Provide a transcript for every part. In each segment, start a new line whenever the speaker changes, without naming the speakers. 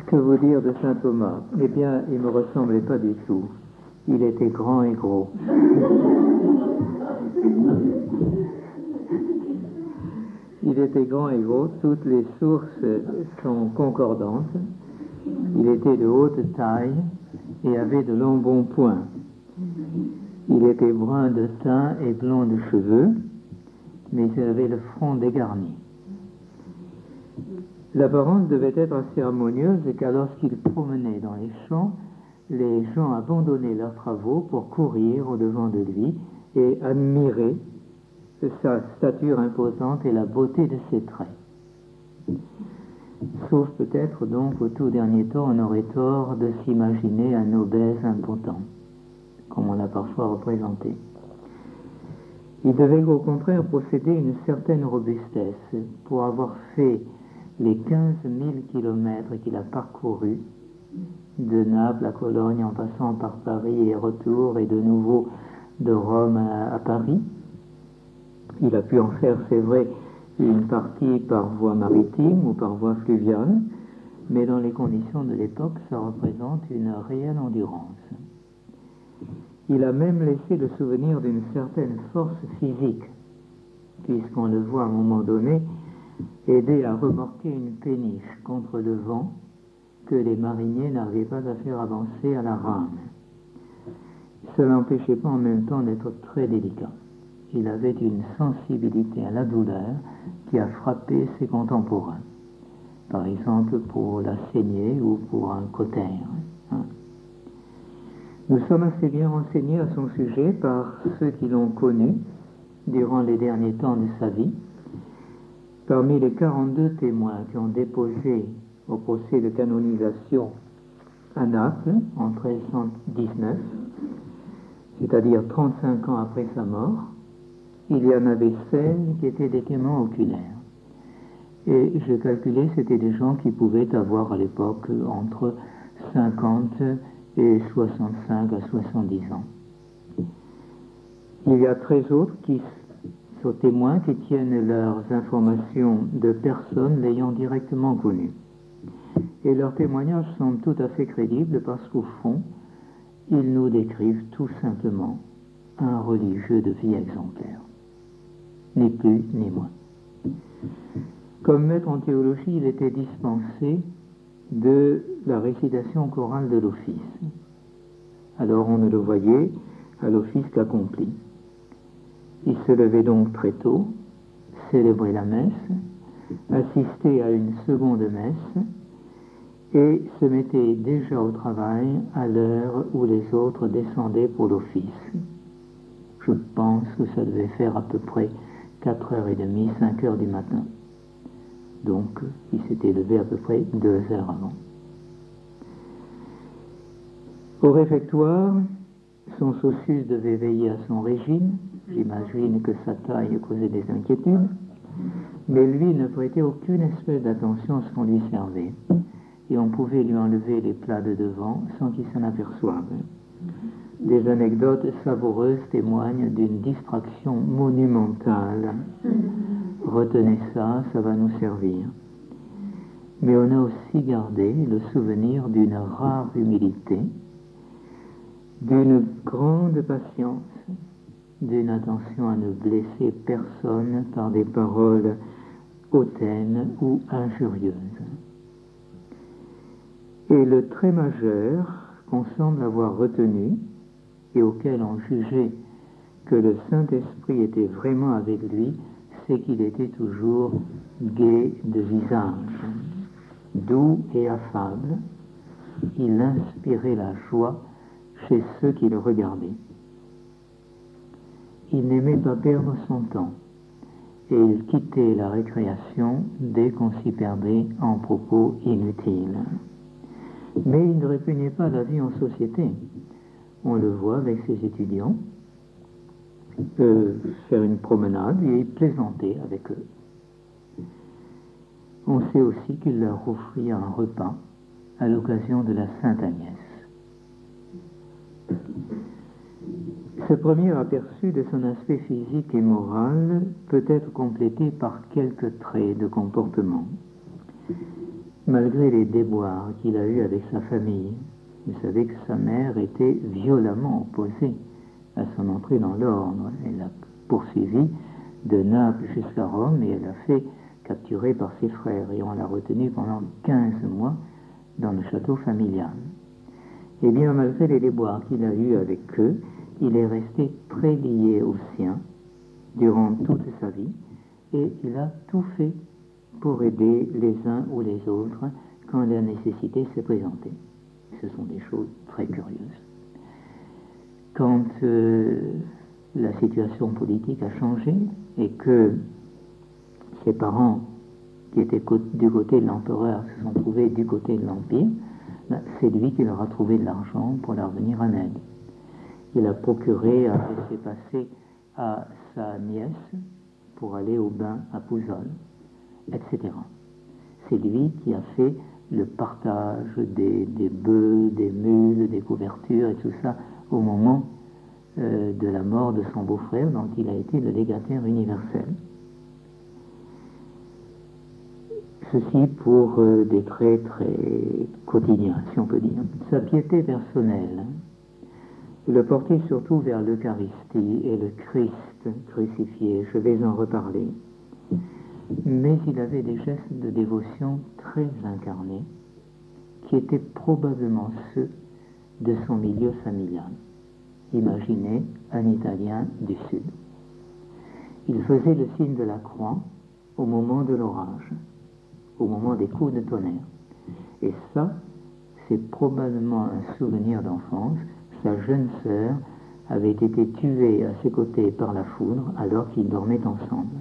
Que vous dire de saint Thomas? Eh bien, il ne me ressemblait pas du tout. Il était grand et gros. Il était grand et gros, toutes les sources sont concordantes. Il était de haute taille et avait de longs bons poings. Il était brun de teint et blond de cheveux, mais il avait le front dégarni. L'apparence devait être assez harmonieuse, car lorsqu'il promenait dans les champs, les gens abandonnaient leurs travaux pour courir au-devant de lui et admirer sa stature imposante et la beauté de ses traits. Sauf peut-être donc au tout dernier temps, on aurait tort de s'imaginer un obèse impotent, comme on l'a parfois représenté. Il devait au contraire posséder une certaine robustesse pour avoir fait les 15 000 kilomètres qu'il a parcourus, de Naples à Cologne en passant par Paris et retour, et de nouveau de Rome à Paris. Il a pu en faire, c'est vrai, une partie par voie maritime ou par voie fluviale, mais dans les conditions de l'époque, ça représente une réelle endurance. Il a même laissé le souvenir d'une certaine force physique, puisqu'on le voit à un moment donné aider à remorquer une péniche contre le vent que les mariniers n'arrivaient pas à faire avancer à la rame. Cela n'empêchait pas en même temps d'être très délicat. Il avait une sensibilité à la douleur qui a frappé ses contemporains, par exemple pour la saignée ou pour un cautère. Nous sommes assez bien renseignés à son sujet par ceux qui l'ont connu durant les derniers temps de sa vie. Parmi les 42 témoins qui ont déposé au procès de canonisation à Naples en 1319, c'est-à-dire 35 ans après sa mort, il y en avait 16 qui étaient des témoins oculaires. Et je calculais, c'était des gens qui pouvaient avoir à l'époque entre 50 et 65 à 70 ans. Il y a 13 autres qui sont témoins qui tiennent leurs informations de personnes l'ayant directement connues. Et leurs témoignages sont tout à fait crédibles parce qu'au fond, ils nous décrivent tout simplement un religieux de vie exemplaire. Ni plus ni moins. Comme maître en théologie, il était dispensé de la récitation chorale de l'office. Alors on ne le voyait à l'office qu'accompli. Il se levait donc très tôt, célébrait la messe, assistait à une seconde messe et se mettait déjà au travail à l'heure où les autres descendaient pour l'office. Je pense que ça devait faire à peu près 4h30, 5h du matin. Donc, il s'était levé à peu près 2 heures avant. Au réfectoire, son soucieux devait veiller à son régime. J'imagine que sa taille causait des inquiétudes. Mais lui ne prêtait aucune espèce d'attention à ce qu'on lui servait. Et on pouvait lui enlever les plats de devant sans qu'il s'en aperçoive. Des anecdotes savoureuses témoignent d'une distraction monumentale. Retenez ça, ça va nous servir. Mais on a aussi gardé le souvenir d'une rare humilité, d'une grande patience, d'une attention à ne blesser personne par des paroles hautaines ou injurieuses. Et le trait majeur qu'on semble avoir retenu et auquel on jugeait que le Saint-Esprit était vraiment avec lui, c'est qu'il était toujours gai de visage, doux et affable. Il inspirait la joie chez ceux qui le regardaient. Il n'aimait pas perdre son temps et il quittait la récréation dès qu'on s'y perdait en propos inutiles. Mais il ne répugnait pas la vie en société. On le voit avec ses étudiants faire une promenade et plaisanter avec eux. On sait aussi qu'il leur offrit un repas à l'occasion de la Sainte Agnès. Ce premier aperçu de son aspect physique et moral peut être complété par quelques traits de comportement. malgré les déboires qu'il a eus avec sa famille. Vous savez que sa mère était violemment opposée à son entrée dans l'ordre. Elle l'a poursuivi de Naples jusqu'à Rome et elle l'a fait capturer par ses frères et on l'a retenu pendant 15 mois dans le château familial. Et bien, malgré les déboires qu'il a eus avec eux, il est resté très lié aux siens durant toute sa vie et il a tout fait pour aider les uns ou les autres quand la nécessité s'est présentée. Ce sont des choses très curieuses. Quand la situation politique a changé et que ses parents, qui étaient du côté de l'empereur, se sont trouvés du côté de l'Empire, c'est lui qui leur a trouvé de l'argent pour leur venir en aide. Il a procuré un laissez-passer à sa nièce pour aller au bain à Pouzol, etc. C'est lui qui a fait le partage des bœufs, des mules, des couvertures et tout ça au moment de la mort de son beau-frère, dont il a été le légataire universel. Ceci pour des traits très quotidiens, si on peut dire. Sa piété personnelle le portait surtout vers l'Eucharistie et le Christ crucifié. Je vais en reparler. Mais il avait des gestes de dévotion très incarnés, qui étaient probablement ceux de son milieu familial. Imaginez un Italien du Sud. Il faisait le signe de la croix au moment de l'orage, au moment des coups de tonnerre. Et ça, c'est probablement un souvenir d'enfance. Sa jeune sœur avait été tuée à ses côtés par la foudre alors qu'ils dormaient ensemble.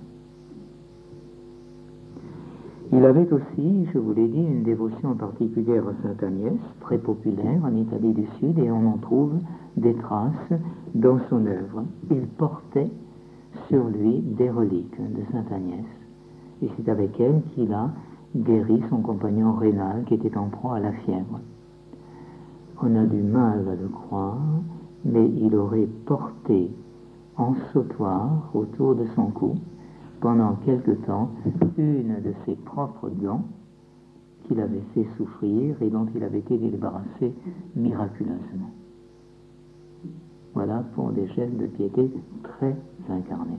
Il avait aussi, je vous l'ai dit, une dévotion particulière à Sainte Agnès, très populaire en Italie du Sud, et on en trouve des traces dans son œuvre. Il portait sur lui des reliques de Sainte Agnès, et c'est avec elle qu'il a guéri son compagnon Rénal qui était en proie à la fièvre. On a du mal à le croire, mais il aurait porté en sautoir autour de son cou pendant quelque temps une de ses propres dents qu'il avait fait souffrir et dont il avait été débarrassé miraculeusement. Voilà pour des gestes de piété très incarnés.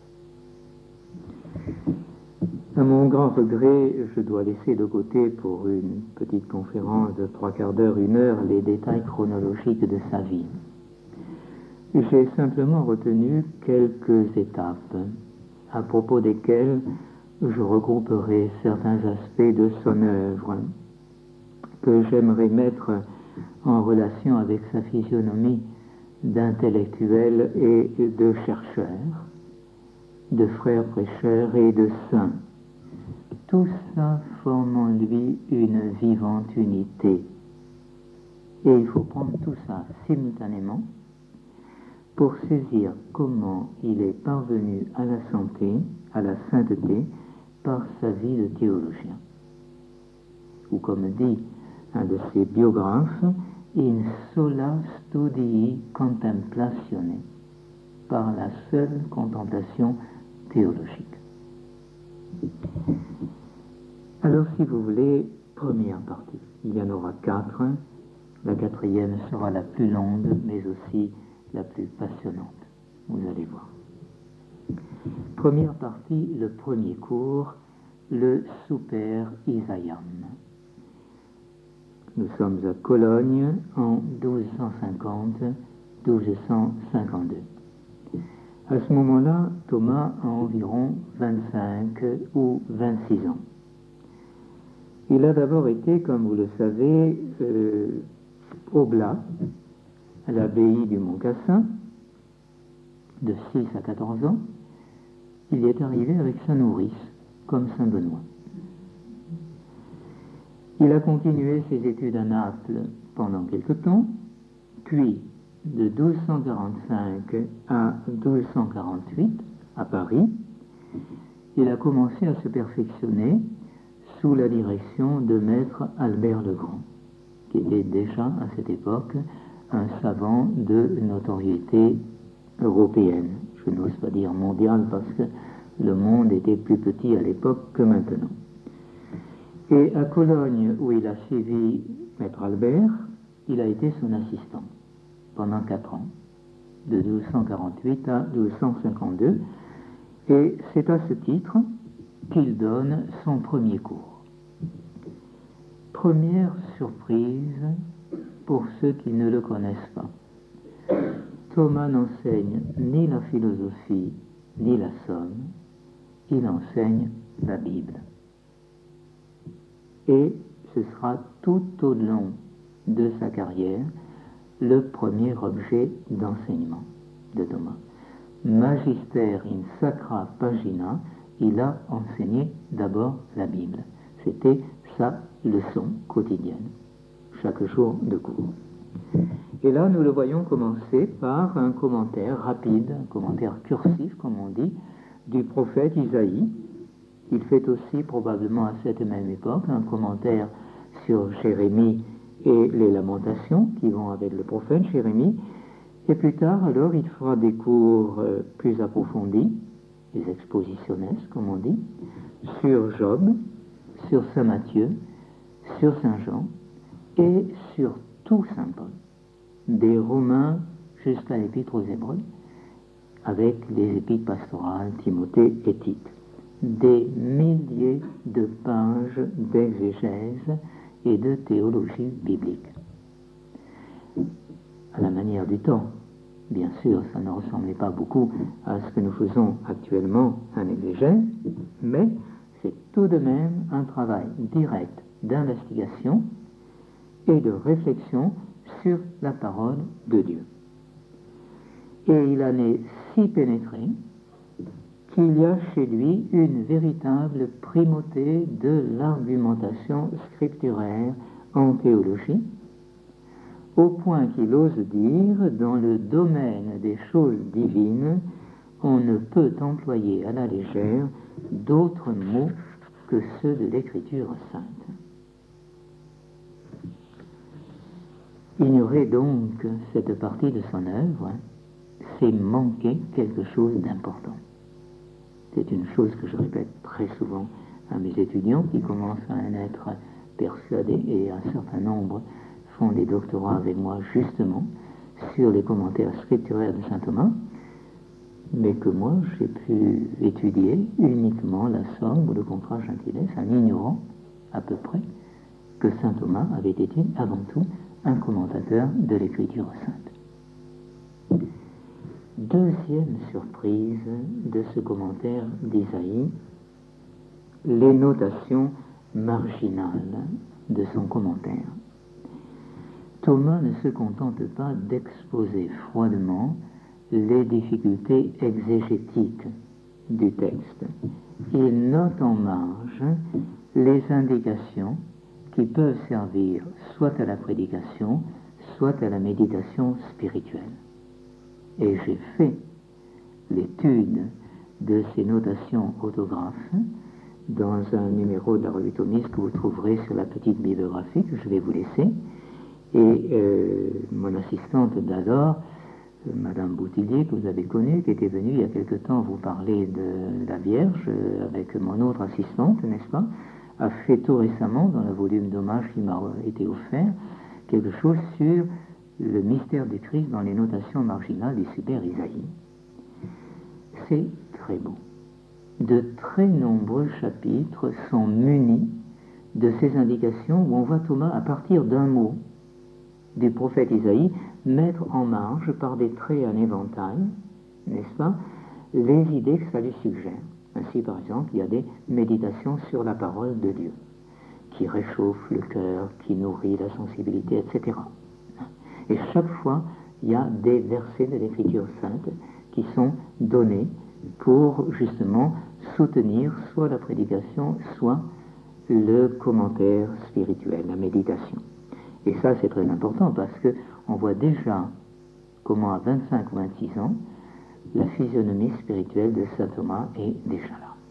À mon grand regret, je dois laisser de côté pour une petite conférence de 3/4 d'heure, 1 heure, les détails chronologiques de sa vie. J'ai simplement retenu quelques étapes à propos desquelles je regrouperai certains aspects de son œuvre que j'aimerais mettre en relation avec sa physionomie d'intellectuel et de chercheur, de frère prêcheur et de saint. Tout ça forme en lui une vivante unité. Et il faut prendre tout ça simultanément pour saisir comment il est parvenu à la santé, à la sainteté, par sa vie de théologien. Ou comme dit un de ses biographes, in sola studii contemplatione, par la seule contemplation théologique. Alors, si vous voulez, première partie. Il y en aura 4. La 4e sera la plus longue, mais aussi la plus passionnante. Vous allez voir. Première partie, le premier cours, le Super Isaiam. Nous sommes à Cologne en 1250-1252. À ce moment-là, Thomas a environ 25 ou 26 ans. Il a d'abord été, comme vous le savez, oblat à l'abbaye du Mont-Cassin, de 6 à 14 ans. Il y est arrivé avec sa nourrice, comme Saint Benoît. Il a continué ses études à Naples pendant quelque temps, puis de 1245 à 1248, à Paris, il a commencé à se perfectionner sous la direction de maître Albert le Grand, qui était déjà à cette époque un savant de notoriété européenne. Je n'ose pas dire mondiale parce que le monde était plus petit à l'époque que maintenant. Et à Cologne, où il a suivi Maître Albert, il a été son assistant pendant 4 ans, de 1248 à 1252, et c'est à ce titre qu'il donne son premier cours. Première surprise pour ceux qui ne le connaissent pas. Thomas n'enseigne ni la philosophie ni la somme, il enseigne la Bible. Et ce sera tout au long de sa carrière le premier objet d'enseignement de Thomas. Magister in Sacra Pagina, il a enseigné d'abord la Bible. C'était sa leçon quotidienne, chaque jour de cours. Et là, nous le voyons commencer par un commentaire rapide, un commentaire cursif, comme on dit, du prophète Isaïe. Il fait aussi, probablement à cette même époque, un commentaire sur Jérémie et les lamentations qui vont avec le prophète Jérémie. Et plus tard, alors, il fera des cours plus approfondis, des expositionnels, comme on dit, sur Job, sur Saint Matthieu, sur Saint Jean et sur tout Saint Paul, des Romains jusqu'à l'Épître aux Hébreux, avec les épîtres pastorales, Timothée et Tite. Des milliers de pages d'exégèse et de théologie biblique. À la manière du temps, bien sûr, ça ne ressemblait pas beaucoup à ce que nous faisons actuellement en exégèse, mais c'est tout de même un travail direct d'investigation et de réflexion sur la parole de Dieu. Et il en est si pénétré qu'il y a chez lui une véritable primauté de l'argumentation scripturaire en théologie, au point qu'il ose dire, dans le domaine des choses divines, on ne peut employer à la légère d'autres mots que ceux de l'Écriture sainte. Ignorer donc cette partie de son œuvre, c'est manquer quelque chose d'important. C'est une chose que je répète très souvent à mes étudiants qui commencent à en être persuadés, et un certain nombre font des doctorats avec moi justement sur les commentaires scripturaires de saint Thomas, mais que moi j'ai pu étudier uniquement la somme ou le contrat gentilesse en ignorant à peu près que saint Thomas avait été avant tout un commentateur de l'Écriture sainte. Deuxième surprise de ce commentaire d'Isaïe, les notations marginales de son commentaire. Thomas ne se contente pas d'exposer froidement les difficultés exégétiques du texte. Il note en marge les indications qui peuvent servir soit à la prédication, soit à la méditation spirituelle. Et j'ai fait l'étude de ces notations autographes dans un numéro de la revue thomiste que vous trouverez sur la petite bibliographie que je vais vous laisser. Et mon assistante d'alors, Madame Boutillier, que vous avez connue, qui était venue il y a quelque temps vous parler de la Vierge avec mon autre assistante, n'est-ce pas, a fait tout récemment, dans le volume d'hommage qui m'a été offert, quelque chose sur le mystère du Christ dans les notations marginales du super Isaïe. C'est très beau. De très nombreux chapitres sont munis de ces indications où on voit Thomas, à partir d'un mot du prophète Isaïe, mettre en marge par des traits en éventail, n'est-ce pas, les idées que ça lui suggère. Ainsi, par exemple, il y a des méditations sur la parole de Dieu, qui réchauffent le cœur, qui nourrit la sensibilité, etc. Et chaque fois, il y a des versets de l'Écriture sainte qui sont donnés pour justement soutenir soit la prédication, soit le commentaire spirituel, la méditation. Et ça, c'est très important parce qu'on voit déjà comment à 25 ou 26 ans, la physionomie spirituelle de saint Thomas est déjà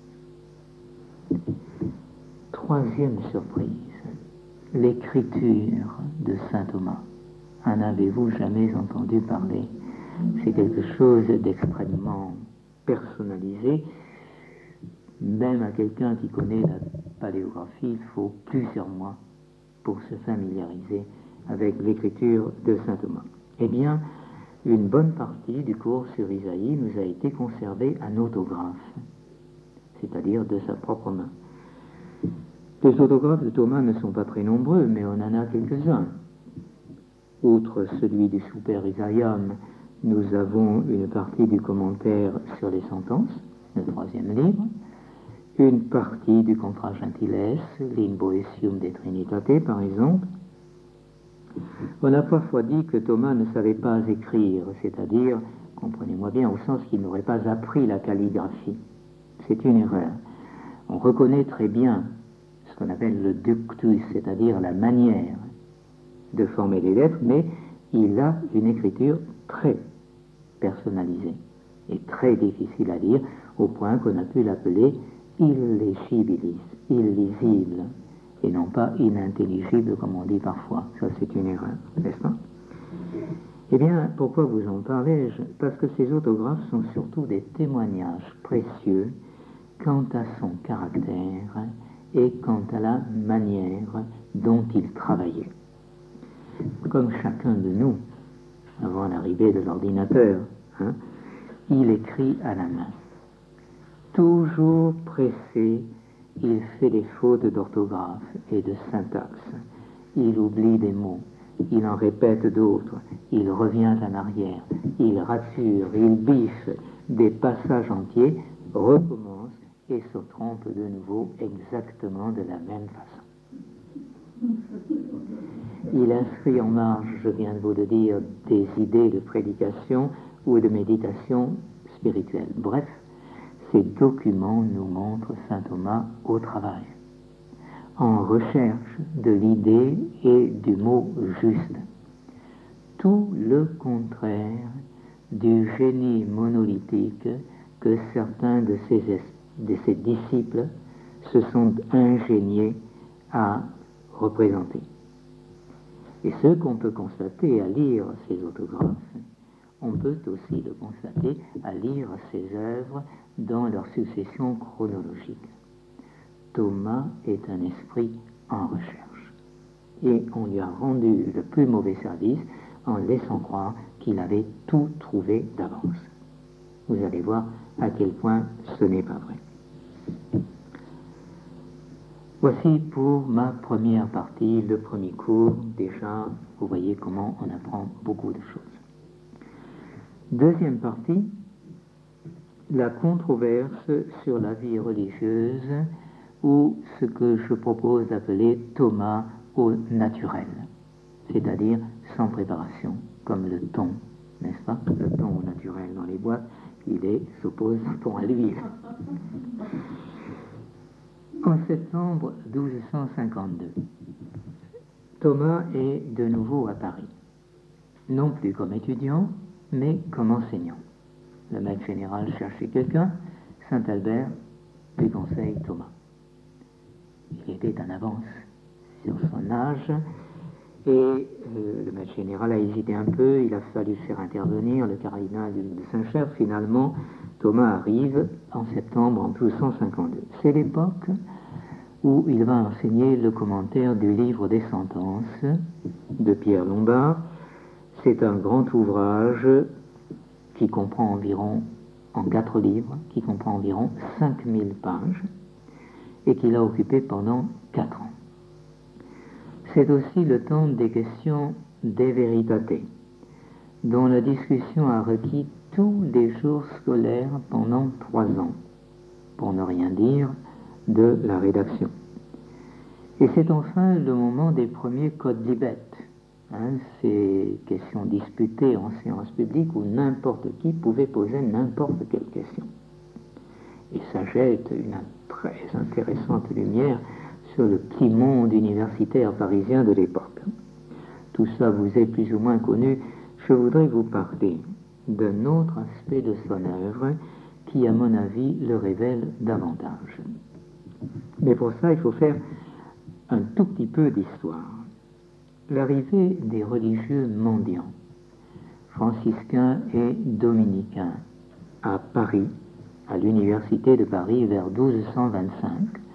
là. Troisième surprise, l'écriture de saint Thomas. En avez-vous jamais entendu parler? C'est quelque chose d'extrêmement personnalisé, même à quelqu'un qui connaît la paléographie, il faut plusieurs mois pour se familiariser avec l'écriture de saint Thomas. Eh bien, une bonne partie du cours sur Isaïe nous a été conservée en autographe, c'est-à-dire de sa propre main. Les autographes de Thomas ne sont pas très nombreux, mais on en a quelques-uns. Outre celui du Super Isaïum, nous avons une partie du commentaire sur les sentences, le 3e livre, une partie du Contra Gentiles, l'In Boetium de Trinitate, par exemple. On a parfois dit que Thomas ne savait pas écrire, c'est-à-dire, comprenez-moi bien, au sens qu'il n'aurait pas appris la calligraphie. C'est une erreur. On reconnaît très bien ce qu'on appelle le ductus, c'est-à-dire la manière de former les lettres, mais il a une écriture très personnalisée et très difficile à lire, au point qu'on a pu l'appeler illegibilis, illisible, et non pas inintelligible comme on dit parfois. Ça, c'est une erreur, n'est-ce pas? Eh bien, pourquoi vous en parlez-je? Parce que ces autographes sont surtout des témoignages précieux quant à son caractère et quant à la manière dont il travaillait. Comme chacun de nous, avant l'arrivée de l'ordinateur, il écrit à la main. Toujours pressé, il fait des fautes d'orthographe et de syntaxe. Il oublie des mots, il en répète d'autres, il revient en arrière, il rature, il biffe des passages entiers, recommence et se trompe de nouveau exactement de la même façon. Il inscrit en marge, je viens de vous le dire, des idées de prédication ou de méditation spirituelle. Bref, ces documents nous montrent saint Thomas au travail, en recherche de l'idée et du mot juste. Tout le contraire du génie monolithique que certains de ses disciples se sont ingéniés à représenter. Et ce qu'on peut constater à lire ces autographes, on peut aussi le constater à lire ses œuvres dans leur succession chronologique. Thomas est un esprit en recherche. Et on lui a rendu le plus mauvais service en laissant croire qu'il avait tout trouvé d'avance. Vous allez voir à quel point ce n'est pas vrai. Voici pour ma première partie, le premier cours. Déjà, vous voyez comment on apprend beaucoup de choses. Deuxième partie, la controverse sur la vie religieuse, ou ce que je propose d'appeler Thomas au naturel, c'est-à-dire sans préparation, comme le thon, n'est-ce pas? Le thon au naturel dans les boîtes, il s'oppose au thon à l'huile. En septembre 1252, Thomas est de nouveau à Paris, non plus comme étudiant, mais comme enseignant. Le maître général cherchait quelqu'un, Saint Albert lui conseille Thomas. Il était en avance sur son âge, et le maître général a hésité un peu, il a fallu faire intervenir le cardinal de Saint-Cher. Finalement, Thomas arrive en septembre en 1252. C'est l'époque où il va enseigner le commentaire du livre des sentences de Pierre Lombard. C'est un grand ouvrage qui comprend environ, en 4 livres, qui comprend environ 5000 pages et qu'il a occupé pendant 4 ans. C'est aussi le temps des questions de Veritate, dont la discussion a requis tous les jours scolaires pendant 3 ans, pour ne rien dire de la rédaction. Et c'est enfin le moment des premiers codes libet, ces questions disputées en séance publique où n'importe qui pouvait poser n'importe quelle question. Et ça jette une très intéressante lumière sur le petit monde universitaire parisien de l'époque. Tout ça vous est plus ou moins connu. Je voudrais vous parler d'un autre aspect de son œuvre qui, à mon avis, le révèle davantage. Mais pour ça, il faut faire un tout petit peu d'histoire. L'arrivée des religieux mendiants, franciscains et dominicains, à Paris, à l'université de Paris vers 1225,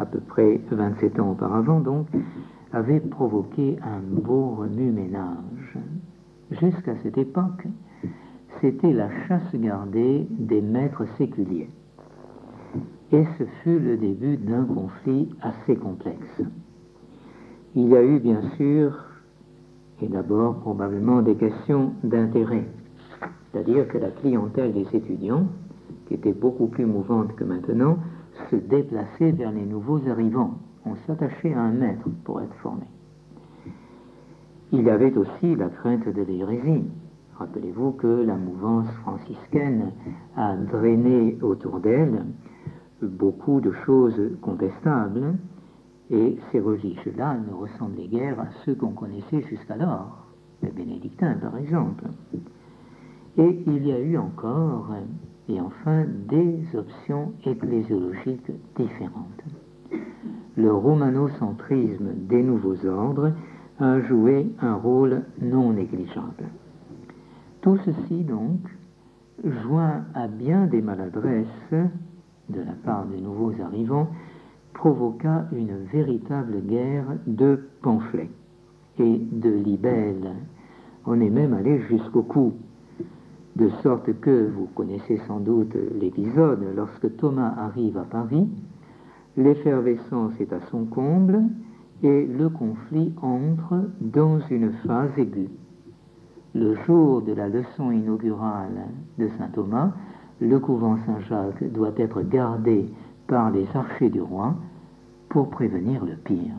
à peu près 27 ans auparavant donc, avait provoqué un beau remue-ménage. Jusqu'à cette époque, c'était la chasse gardée des maîtres séculiers. Et ce fut le début d'un conflit assez complexe. Il y a eu bien sûr, et d'abord probablement des questions d'intérêt, c'est-à-dire que la clientèle des étudiants, qui était beaucoup plus mouvante que maintenant, se déplaçait vers les nouveaux arrivants. On s'attachait à un maître pour être formé. Il y avait aussi la crainte de l'hérésie. Rappelez-vous que la mouvance franciscaine a drainé autour d'elle beaucoup de choses contestables, et ces religieux-là ne ressemblaient guère à ceux qu'on connaissait jusqu'alors, les bénédictins par exemple. Et il y a eu encore, et enfin, des options ecclésiologiques différentes. Le romanocentrisme des nouveaux ordres a joué un rôle non négligeable. Tout ceci, donc, joint à bien des maladresses de la part des nouveaux arrivants, provoqua une véritable guerre de pamphlets et de libelles. On est même allé jusqu'au coup, de sorte que, vous connaissez sans doute l'épisode, lorsque Thomas arrive à Paris, l'effervescence est à son comble et le conflit entre dans une phase aiguë. Le jour de la leçon inaugurale de saint Thomas, le couvent Saint-Jacques doit être gardé par les archers du roi pour prévenir le pire.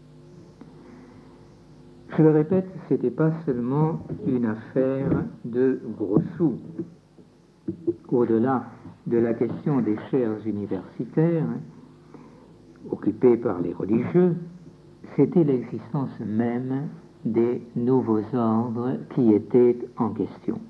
Je le répète, ce n'était pas seulement une affaire de gros sous. Au-delà de la question des chaires universitaires, occupées par les religieux, c'était l'existence même des nouveaux ordres qui étaient en question.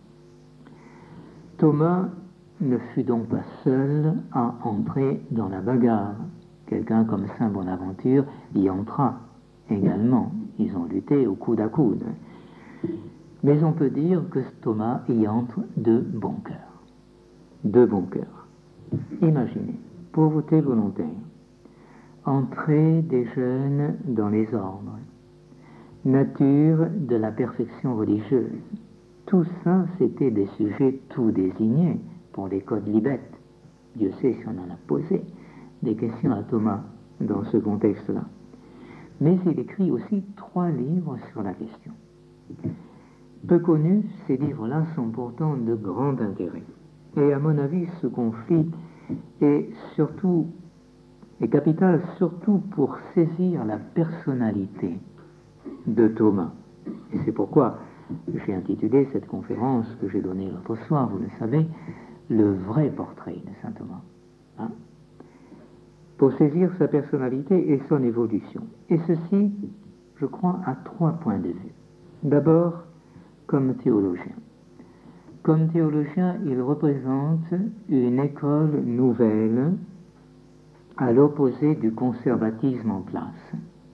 Thomas ne fut donc pas seul à entrer dans la bagarre. Quelqu'un comme saint Bonaventure y entra également. Ils ont lutté au coude à coude. Mais on peut dire que Thomas y entre de bon cœur. De bon cœur. Imaginez, pauvreté volontaire, entrée des jeunes dans les ordres, nature de la perfection religieuse. Tout ça, c'était des sujets tout désignés pour les codes libettes. Dieu sait si on en a posé des questions à Thomas dans ce contexte-là. Mais il écrit aussi 3 livres sur la question. Peu connus, ces livres-là sont pourtant de grand intérêt. Et à mon avis, ce conflit est capital surtout pour saisir la personnalité de Thomas. Et c'est pourquoi j'ai intitulé cette conférence que j'ai donnée l'autre soir, vous le savez, le vrai portrait de saint Thomas. Hein? Pour saisir sa personnalité et son évolution. Et ceci, je crois, à 3 points de vue. D'abord, comme théologien. Comme théologien, il représente une école nouvelle à l'opposé du conservatisme en place.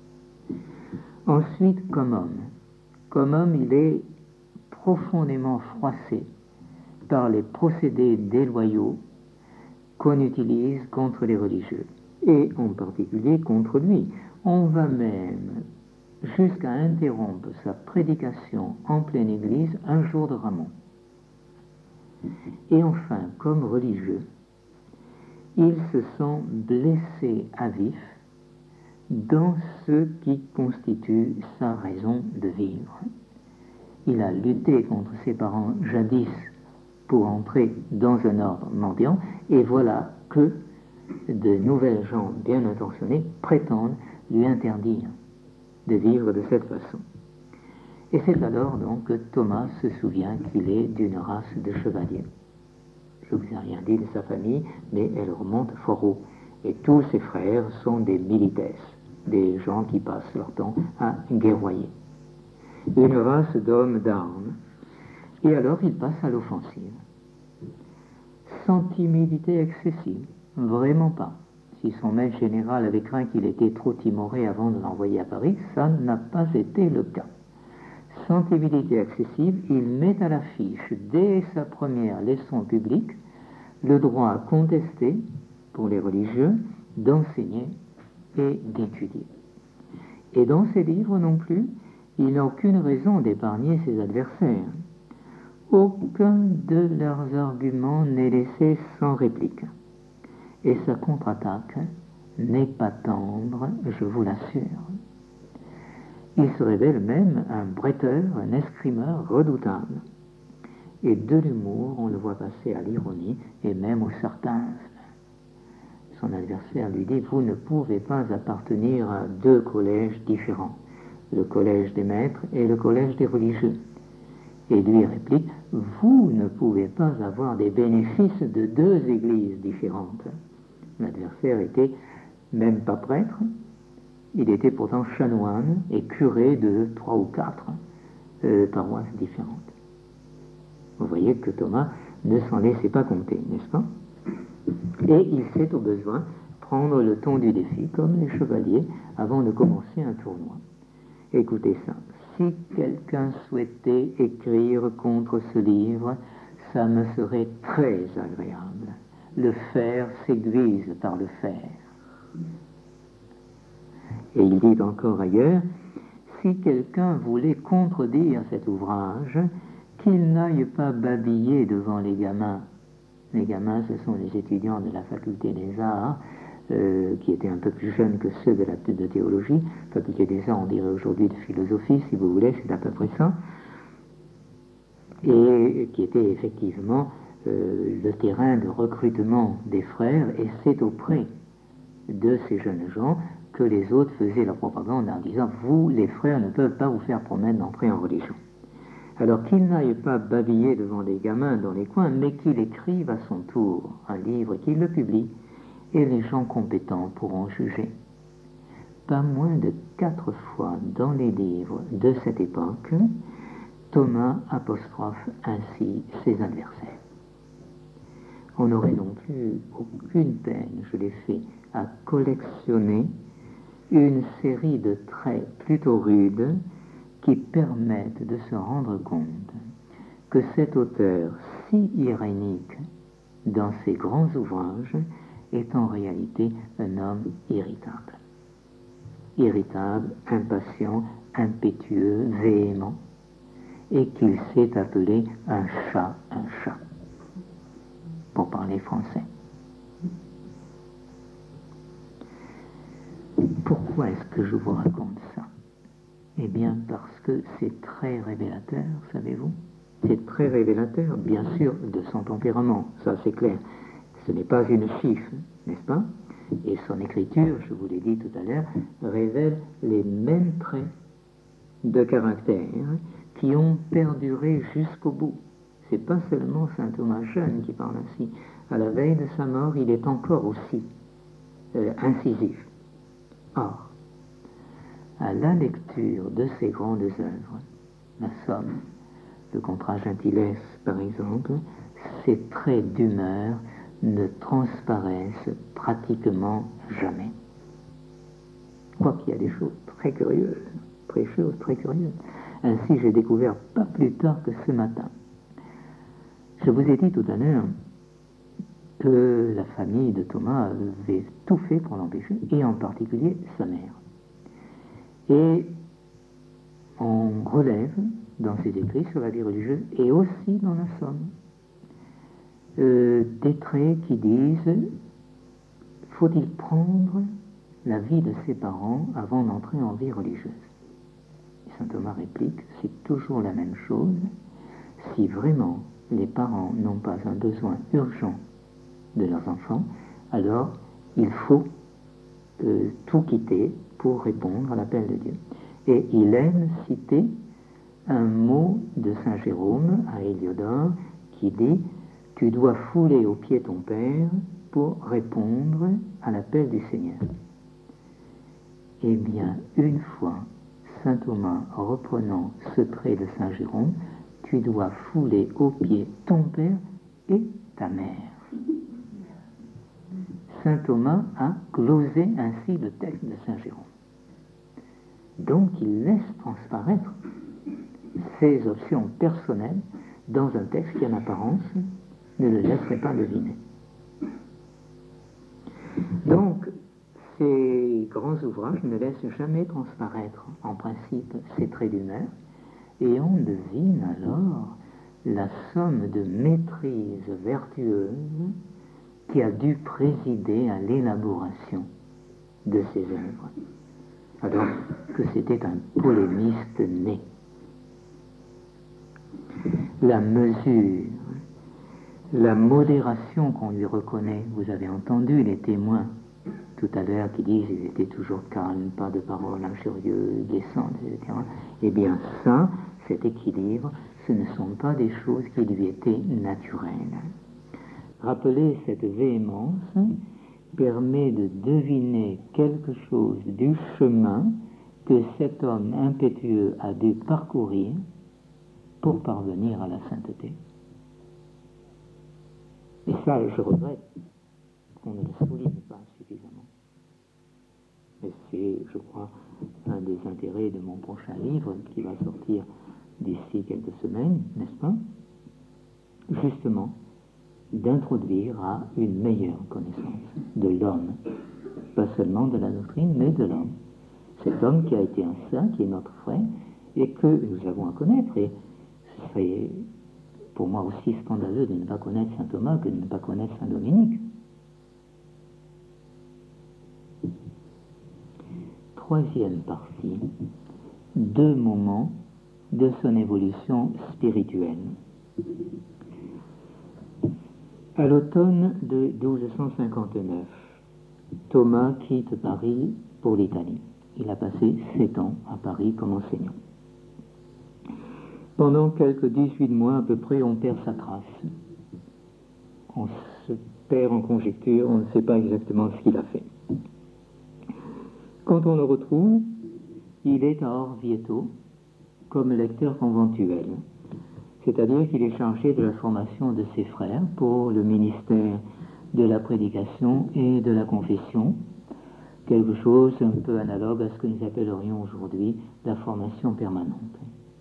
Ensuite, comme homme. Comme homme, il est profondément froissé par les procédés déloyaux qu'on utilise contre les religieux, et en particulier contre lui. On va même jusqu'à interrompre sa prédication en pleine église un jour de Ramon. Et enfin, comme religieux, il se sent blessé à vif dans ce qui constitue sa raison de vivre. Il a lutté contre ses parents jadis pour entrer dans un ordre mendiant, et voilà que de nouvelles gens bien intentionnés prétendent lui interdire de vivre de cette façon. Et c'est alors donc que Thomas se souvient qu'il est d'une race de chevaliers. Je ne vous ai rien dit de sa famille, mais elle remonte fort haut. Et tous ses frères sont des milites, des gens qui passent leur temps à guerroyer. Une race d'hommes d'armes. Et alors il passe à l'offensive. Sans timidité excessive, vraiment pas. Si son maître général avait craint qu'il était trop timoré avant de l'envoyer à Paris, ça n'a pas été le cas. Sans timidité excessive, il met à l'affiche, dès sa première leçon publique, le droit à contester, pour les religieux, d'enseigner et d'étudier. Et dans ces livres non plus, il n'a aucune raison d'épargner ses adversaires. Aucun de leurs arguments n'est laissé sans réplique. Et sa contre-attaque n'est pas tendre, je vous l'assure. Il se révèle même un bretteur, un escrimeur redoutable. Et de l'humour, on le voit passer à l'ironie et même au sarcasme. Son adversaire lui dit: vous ne pouvez pas appartenir à deux collèges différents, le collège des maîtres et le collège des religieux. Et lui réplique: vous ne pouvez pas avoir des bénéfices de deux églises différentes. L'adversaire était même pas prêtre, il était pourtant chanoine et curé de 3 ou 4 paroisses différentes. Vous voyez que Thomas ne s'en laissait pas compter, n'est-ce pas? Et il sait au besoin prendre le ton du défi, comme les chevaliers, avant de commencer un tournoi. Écoutez ça. Si quelqu'un souhaitait écrire contre ce livre, ça me serait très agréable. Le fer s'aiguise par le fer. Et il dit encore ailleurs: si quelqu'un voulait contredire cet ouvrage, qu'il n'aille pas babiller devant les gamins. Les gamins, ce sont les étudiants de la faculté des arts, qui étaient un peu plus jeunes que ceux de théologie. Faculté des arts, on dirait aujourd'hui de philosophie, si vous voulez, c'est à peu près ça. Et qui était effectivement le terrain de recrutement des frères, et c'est auprès de ces jeunes gens que les autres faisaient leur propagande en disant: vous, les frères, ne peuvent pas vous faire promettre d'entrer en religion. Alors qu'il n'aille pas babiller devant des gamins dans les coins, mais qu'il écrive à son tour un livre, qu'il le publie, et les gens compétents pourront juger. Pas moins de 4 fois dans les livres de cette époque, Thomas apostrophe ainsi ses adversaires. On n'aurait non plus aucune peine, je l'ai fait, à collectionner une série de traits plutôt rudes qui permettent de se rendre compte que cet auteur si irénique dans ses grands ouvrages est en réalité un homme irritable. Irritable, impatient, impétueux, véhément, et qu'il s'est appelé un chat, pour parler français. Pourquoi est-ce que je vous raconte ça? Eh bien, parce que c'est très révélateur, savez-vous? C'est très révélateur, bien sûr, de son tempérament, ça c'est clair. Ce n'est pas une chiffre, n'est-ce pas? Et son écriture, je vous l'ai dit tout à l'heure, révèle les mêmes traits de caractère qui ont perduré jusqu'au bout. C'est pas seulement saint Thomas jeune qui parle ainsi. À la veille de sa mort, il est encore aussi incisif. Or, à la lecture de ces grandes œuvres, la Somme, le Contra Gentiles par exemple, ces traits d'humeur ne transparaissent pratiquement jamais. Quoiqu'il y a des choses très curieuses, très curieuses. Ainsi, j'ai découvert pas plus tard que ce matin. Je vous ai dit tout à l'heure que la famille de Thomas avait tout fait pour l'empêcher, et en particulier sa mère. Et on relève dans ses écrits sur la vie religieuse, et aussi dans la Somme, des traits qui disent: faut-il prendre la vie de ses parents avant d'entrer en vie religieuse? Et saint Thomas réplique: c'est toujours la même chose. Si vraiment les parents n'ont pas un besoin urgent de leurs enfants, alors il faut tout quitter pour répondre à l'appel de Dieu. Et il aime citer un mot de saint Jérôme à Héliodore qui dit: tu dois fouler aux pieds ton père pour répondre à l'appel du Seigneur. Eh bien, une fois, saint Thomas reprenant ce trait de saint Jérôme: tu dois fouler aux pieds ton père et ta mère. Saint Thomas a glosé ainsi le texte de saint Jérôme. Donc il laisse transparaître ses options personnelles dans un texte qui en apparence ne le laisserait pas deviner. Donc ces grands ouvrages ne laissent jamais transparaître, en principe, ces traits d'humeur, et on devine alors la somme de maîtrise vertueuse qui a dû présider à l'élaboration de ces œuvres, alors que c'était un polémiste né. La mesure, la modération qu'on lui reconnaît, vous avez entendu les témoins tout à l'heure qui disent qu'il était toujours calme, pas de paroles injurieuses, blessantes, etc. Eh bien ça, cet équilibre, ce ne sont pas des choses qui lui étaient naturelles. Rappeler cette véhémence permet de deviner quelque chose du chemin que cet homme impétueux a dû parcourir pour parvenir à la sainteté. Et ça, je regrette qu'on ne le souligne pas suffisamment. Et c'est, je crois, un des intérêts de mon prochain livre qui va sortir d'ici quelques semaines, n'est-ce pas? Justement, d'introduire à une meilleure connaissance de l'homme, pas seulement de la doctrine, mais de l'homme. Cet homme qui a été un saint, qui est notre frère, et que nous avons à connaître. Et ce serait pour moi aussi scandaleux de ne pas connaître saint Thomas que de ne pas connaître saint Dominique. Troisième partie, 2 moments de son évolution spirituelle. À l'automne de 1259, Thomas quitte Paris pour l'Italie. Il a passé 7 ans à Paris comme enseignant. Pendant quelques 18 mois à peu près, on perd sa trace. On se perd en conjecture, on ne sait pas exactement ce qu'il a fait. Quand on le retrouve, il est à Orvieto comme lecteur conventuel. C'est-à-dire qu'il est chargé de la formation de ses frères pour le ministère de la prédication et de la confession, quelque chose un peu analogue à ce que nous appellerions aujourd'hui la formation permanente.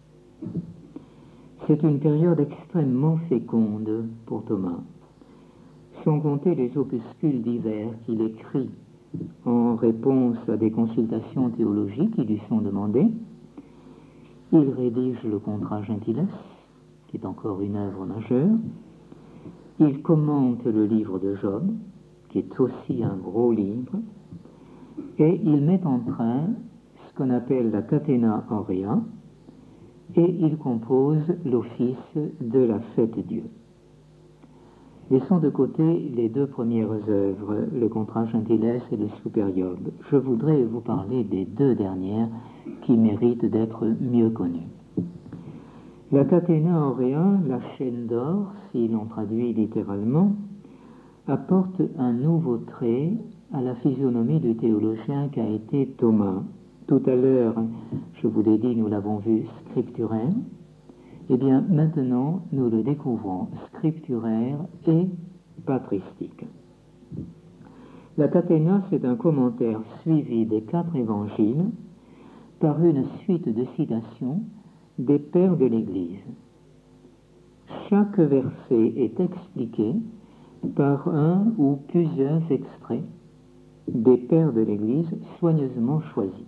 C'est une période extrêmement féconde pour Thomas, sans compter les opuscules divers qu'il écrit en réponse à des consultations théologiques qui lui sont demandées. Il rédige le Contra Gentiles, qui est encore une œuvre majeure. Il commente le livre de Job, qui est aussi un gros livre, et il met en train ce qu'on appelle la Catena Aurea, et il compose l'office de la fête Dieu. Laissons de côté les 2 premières œuvres, le Contra Gentiles et le Superiob. Je voudrais vous parler des 2 dernières qui méritent d'être mieux connues. La Catena Aurea, la chaîne d'or, si l'on traduit littéralement, apporte un nouveau trait à la physionomie du théologien qu'a été Thomas. Tout à l'heure, je vous l'ai dit, nous l'avons vu scripturaire. Eh bien, maintenant, nous le découvrons scripturaire et patristique. La Catena, c'est un commentaire suivi des 4 évangiles par une suite de citations des pères de l'Église. Chaque verset est expliqué par un ou plusieurs extraits des pères de l'Église soigneusement choisis.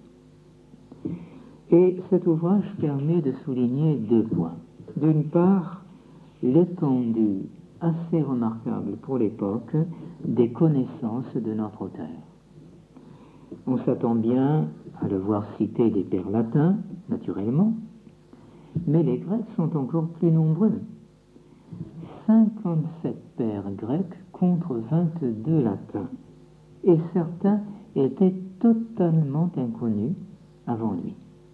Et cet ouvrage permet de souligner 2 points. D'une part, l'étendue assez remarquable pour l'époque des connaissances de notre auteur. On s'attend bien à le voir citer des pères latins, naturellement, mais les Grecs sont encore plus nombreux. 57 pères grecs contre 22 latins, et certains étaient totalement inconnus avant lui.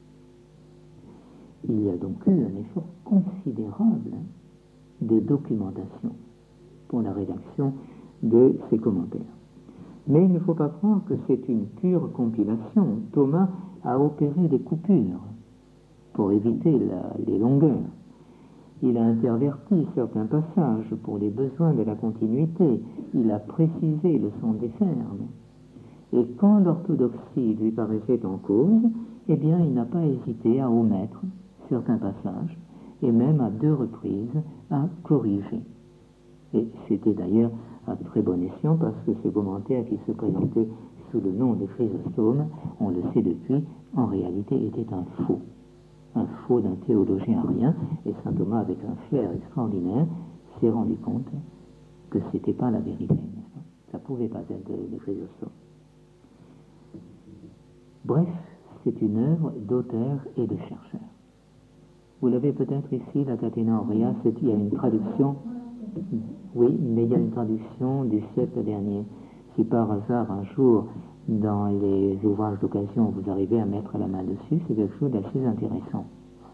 Il y a donc eu un effort considérable de documentation pour la rédaction de ces commentaires. Mais il ne faut pas croire que c'est une pure compilation. Thomas a opéré des coupures pour éviter les longueurs. Il a interverti certains passages pour les besoins de la continuité. Il a précisé le son des termes. Et quand l'orthodoxie lui paraissait en cause, eh bien, il n'a pas hésité à omettre certains passages, et même à 2 reprises à corriger. Et c'était d'ailleurs à très bon escient, parce que ce commentaire qui se présentait sous le nom de Chrysostome, on le sait depuis, en réalité était un faux d'un théologien arien, et saint Thomas, avec un flair extraordinaire, s'est rendu compte que ce n'était pas la vérité, n'est-ce pas? Ça ne pouvait pas être de Chrysostome. Bref, c'est une œuvre d'auteur et de chercheur. Vous l'avez peut-être ici, la Catena Aurea, il y a une traduction, oui, mais il y a une traduction du siècle dernier. Si par hasard, un jour, dans les ouvrages d'occasion, vous arrivez à mettre la main dessus, c'est quelque chose d'assez intéressant.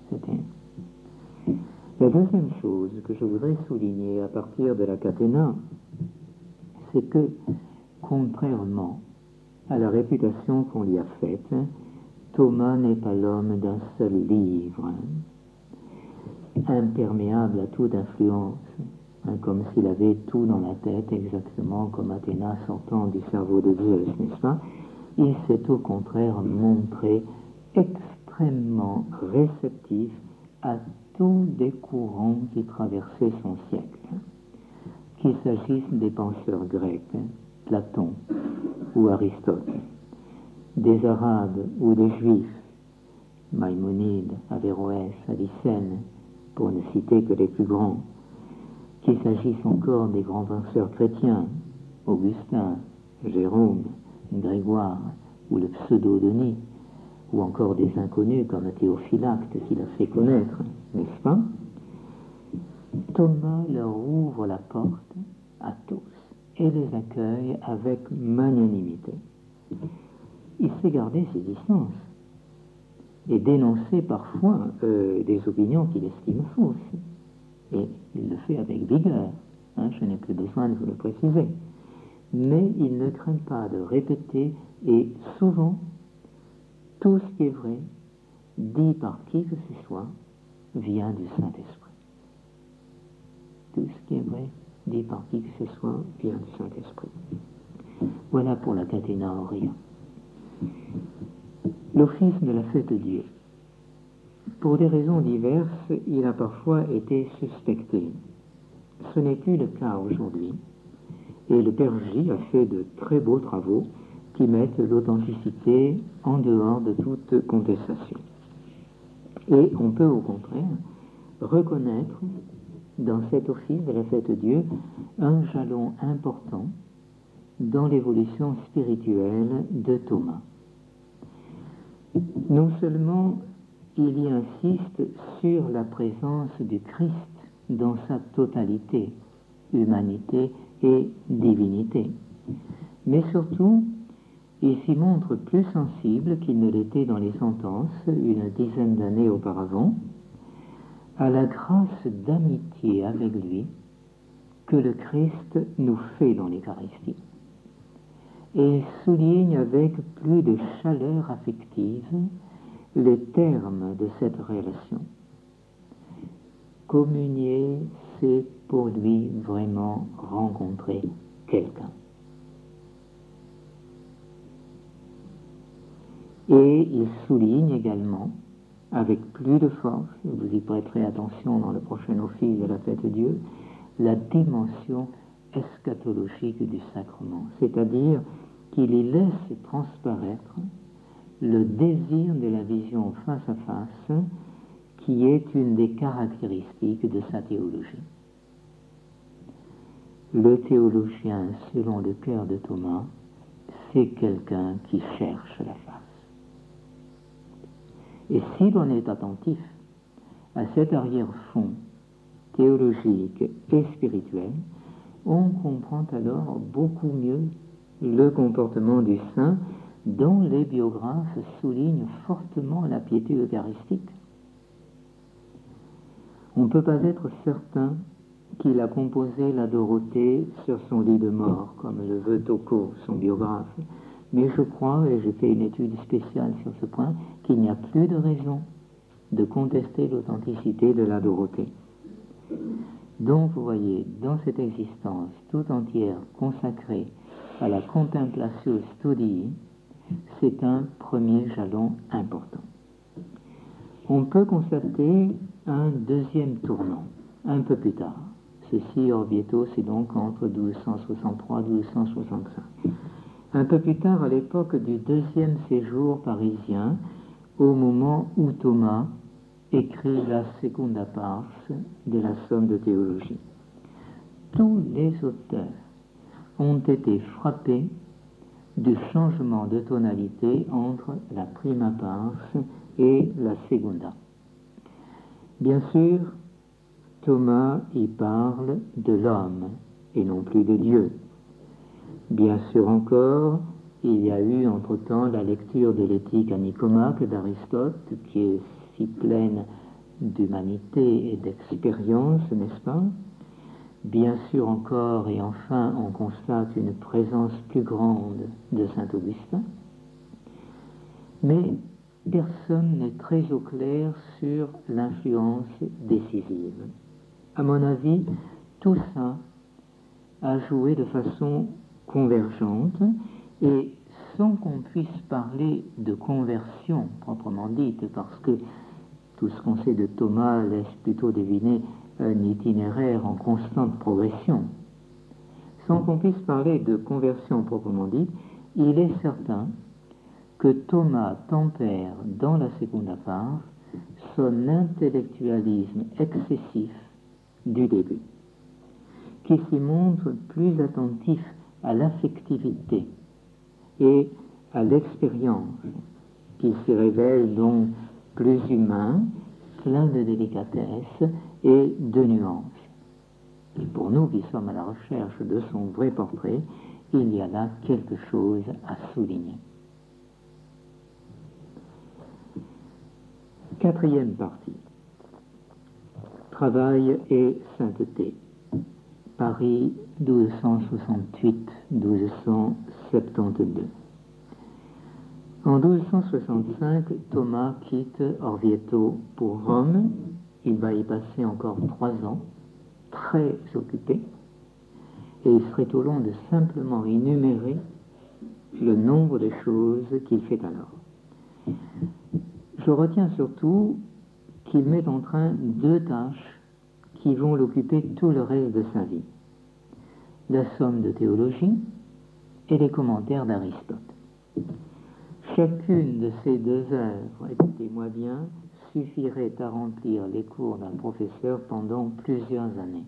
La deuxième chose que je voudrais souligner à partir de la Catena, c'est que, contrairement à la réputation qu'on lui a faite, Thomas n'est pas l'homme d'un seul livre, imperméable à toute influence, comme s'il avait tout dans la tête, exactement comme Athéna sortant du cerveau de Zeus, n'est-ce pas? Il s'est au contraire montré extrêmement réceptif à tous des courants qui traversaient son siècle, qu'il s'agisse des penseurs grecs, Platon ou Aristote, des Arabes ou des Juifs, Maïmonide, Averroès, Avicenne, pour ne citer que les plus grands, qu'il s'agisse encore des grands penseurs chrétiens, Augustin, Jérôme, Grégoire ou le pseudo-Denis, ou encore des inconnus comme Théophylacte qu'il a fait connaître, n'est-ce pas? Thomas leur ouvre la porte à tous et les accueille avec magnanimité. Il sait garder ses distances et dénoncer parfois des opinions qu'il estime fausses. Et il le fait avec vigueur, je n'ai plus besoin de vous le préciser. Mais il ne craint pas de répéter, et souvent, tout ce qui est vrai, dit par qui que ce soit, vient du Saint-Esprit. Tout ce qui est vrai, dit par qui que ce soit, vient du Saint-Esprit. Voilà pour la Catena Aurea. L'office de la fête de Dieu. Pour des raisons diverses, il a parfois été suspecté. Ce n'est plus le cas aujourd'hui, et le Père J a fait de très beaux travaux qui mettent l'authenticité en dehors de toute contestation. Et on peut au contraire reconnaître dans cet office de la fête de Dieu un jalon important dans l'évolution spirituelle de Thomas. Non seulement il y insiste sur la présence du Christ dans sa totalité, humanité et divinité, mais surtout il s'y montre plus sensible qu'il ne l'était dans les sentences une dizaine d'années auparavant, à la grâce d'amitié avec lui que le Christ nous fait dans l'Eucharistie. Et il souligne avec plus de chaleur affective les termes de cette relation. Communier, c'est pour lui vraiment rencontrer quelqu'un. Et il souligne également, avec plus de force, vous y prêterez attention dans le prochain office de la fête de Dieu, la dimension eschatologique du sacrement, c'est-à-dire qu'il y laisse transparaître le désir de la vision face à face, qui est une des caractéristiques de sa théologie. Le théologien, selon le cœur de Thomas, c'est quelqu'un qui cherche la face. Et si l'on est attentif à cet arrière-fond théologique et spirituel, on comprend alors beaucoup mieux le comportement du saint, dont les biographes soulignent fortement la piété eucharistique. On ne peut pas être certain qu'il a composé la Dorothée sur son lit de mort, comme le veut Tocco, son biographe. Mais je crois, et j'ai fait une étude spéciale sur ce point, qu'il n'y a plus de raison de contester l'authenticité de la Dorothée. Donc, vous voyez, dans cette existence tout entière consacrée à la contemplatio studii, c'est un premier jalon important. On peut constater un deuxième tournant, un peu plus tard. Ceci, Orvieto, c'est donc entre 1263 et 1265. Un peu plus tard, à l'époque du deuxième séjour parisien, au moment où Thomas écrit la Secunda Pars de la Somme de théologie. Tous les auteurs ont été frappés du changement de tonalité entre la Prima Pars et la Secunda. Bien sûr, Thomas y parle de l'homme et non plus de Dieu. Bien sûr encore, il y a eu entre-temps la lecture de l'éthique à Nicomaque d'Aristote, qui est si pleine d'humanité et d'expérience, n'est-ce pas? Bien sûr encore, et enfin, on constate une présence plus grande de saint Augustin. Mais personne n'est très au clair sur l'influence décisive. À mon avis, tout ça a joué de façon convergente et sans qu'on puisse parler de conversion proprement dite, parce que tout ce qu'on sait de Thomas laisse plutôt deviner un itinéraire en constante progression. Sans qu'on puisse parler de conversion proprement dite, il est certain que Thomas tempère dans la Secunda Pars son intellectualisme excessif du début, qui s'y montre plus attentif à l'affectivité et à l'expérience, qui s'y révèle donc plus humain, plein de délicatesse et de nuances. Et pour nous qui sommes à la recherche de son vrai portrait, il y a là quelque chose à souligner. Quatrième partie. Travail et sainteté. Paris 1268-1272. En 1265, Thomas quitte Orvieto pour Rome. Il va y passer encore 3 ans, très occupé, et il serait au long de simplement énumérer le nombre de choses qu'il fait alors. Je retiens surtout qu'il met en train 2 tâches qui vont l'occuper tout le reste de sa vie. La Somme de théologie et les commentaires d'Aristote. Chacune de ces 2 œuvres, écoutez-moi bien, suffirait à remplir les cours d'un professeur pendant plusieurs années.